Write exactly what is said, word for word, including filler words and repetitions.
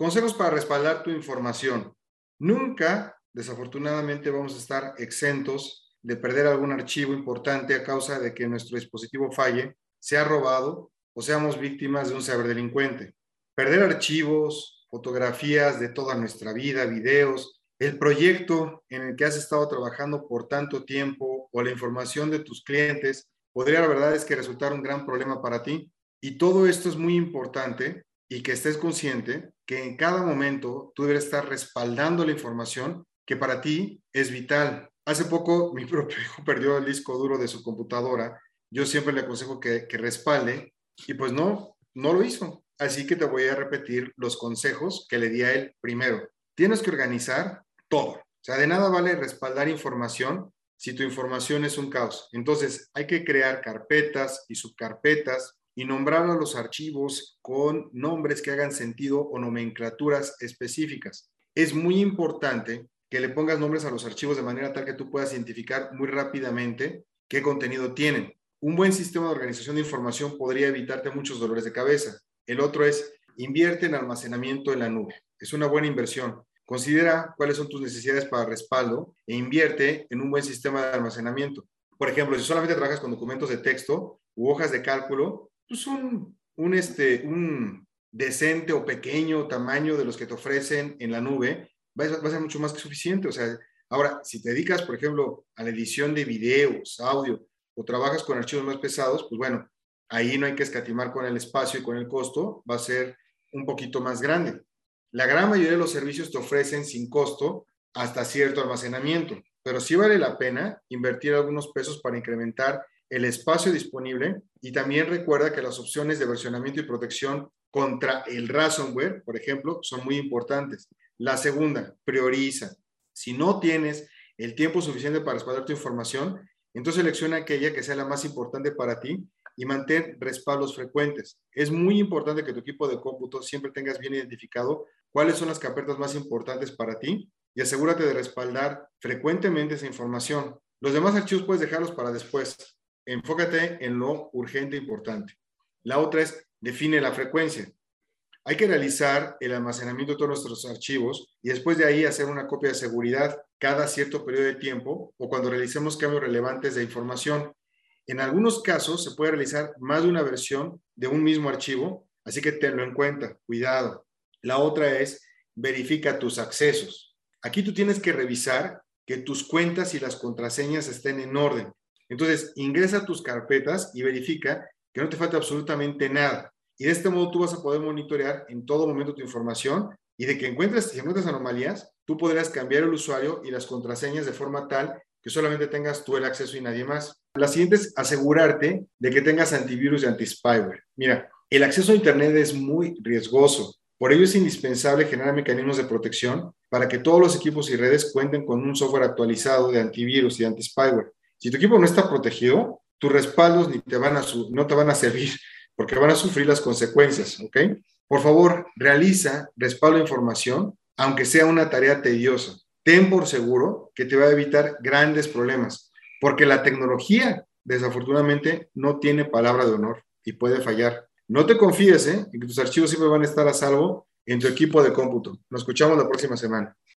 Consejos para respaldar tu información. Nunca, desafortunadamente, vamos a estar exentos de perder algún archivo importante a causa de que nuestro dispositivo falle, sea robado o seamos víctimas de un ciberdelincuente. Perder archivos, fotografías de toda nuestra vida, videos, el proyecto en el que has estado trabajando por tanto tiempo o la información de tus clientes podría, la verdad es que resultar un gran problema para ti. Y todo esto es muy importante y que estés consciente que en cada momento tú debes estar respaldando la información que para ti es vital. Hace poco mi propio hijo perdió el disco duro de su computadora. Yo siempre le aconsejo que, que respalde y pues no, no lo hizo. Así que te voy a repetir los consejos que le di a él primero. Tienes que organizar todo. O sea, de nada vale respaldar información si tu información es un caos. Entonces, hay que crear carpetas y subcarpetas y nombrar a los archivos con nombres que hagan sentido o nomenclaturas específicas. Es muy importante que le pongas nombres a los archivos de manera tal que tú puedas identificar muy rápidamente qué contenido tienen. Un buen sistema de organización de información podría evitarte muchos dolores de cabeza. El otro es, invierte en almacenamiento en la nube. Es una buena inversión. Considera cuáles son tus necesidades para respaldo e invierte en un buen sistema de almacenamiento. Por ejemplo, si solamente trabajas con documentos de texto u hojas de cálculo, pues un, un, este, un decente o pequeño tamaño de los que te ofrecen en la nube va a, va a ser mucho más que suficiente. O sea, ahora, si te dedicas, por ejemplo, a la edición de videos, audio, o trabajas con archivos más pesados, pues bueno, ahí no hay que escatimar con el espacio y con el costo, va a ser un poquito más grande. La gran mayoría de los servicios te ofrecen sin costo hasta cierto almacenamiento, pero sí vale la pena invertir algunos pesos para incrementar el espacio disponible y también recuerda que las opciones de versionamiento y protección contra el ransomware, por ejemplo, son muy importantes. La segunda, prioriza. Si no tienes el tiempo suficiente para respaldar tu información, entonces selecciona aquella que sea la más importante para ti y mantén respaldos frecuentes. Es muy importante que tu equipo de cómputo siempre tengas bien identificado cuáles son las carpetas más importantes para ti y asegúrate de respaldar frecuentemente esa información. Los demás archivos puedes dejarlos para después. Enfócate en lo urgente e importante. La otra es, define la frecuencia. Hay que realizar el almacenamiento de todos nuestros archivos y después de ahí hacer una copia de seguridad cada cierto periodo de tiempo o cuando realicemos cambios relevantes de información. En algunos casos se puede realizar más de una versión de un mismo archivo, así que tenlo en cuenta, cuidado. La otra es, verifica tus accesos. Aquí tú tienes que revisar que tus cuentas y las contraseñas estén en orden. Entonces, ingresa a tus carpetas y verifica que no te falta absolutamente nada. Y de este modo tú vas a poder monitorear en todo momento tu información y de que encuentres, si encuentras anomalías, tú podrás cambiar el usuario y las contraseñas de forma tal que solamente tengas tú el acceso y nadie más. La siguiente es asegurarte de que tengas antivirus y anti-spyware. Mira, el acceso a Internet es muy riesgoso. Por ello es indispensable generar mecanismos de protección para que todos los equipos y redes cuenten con un software actualizado de antivirus y anti-spyware. Si tu equipo no está protegido, tus respaldos ni te van a no te van a servir porque van a sufrir las consecuencias, ¿ok? Por favor, realiza respaldo de información, aunque sea una tarea tediosa. Ten por seguro que te va a evitar grandes problemas, porque la tecnología, desafortunadamente, no tiene palabra de honor y puede fallar. No te confíes, ¿eh? En que tus archivos siempre van a estar a salvo en tu equipo de cómputo. Nos escuchamos la próxima semana.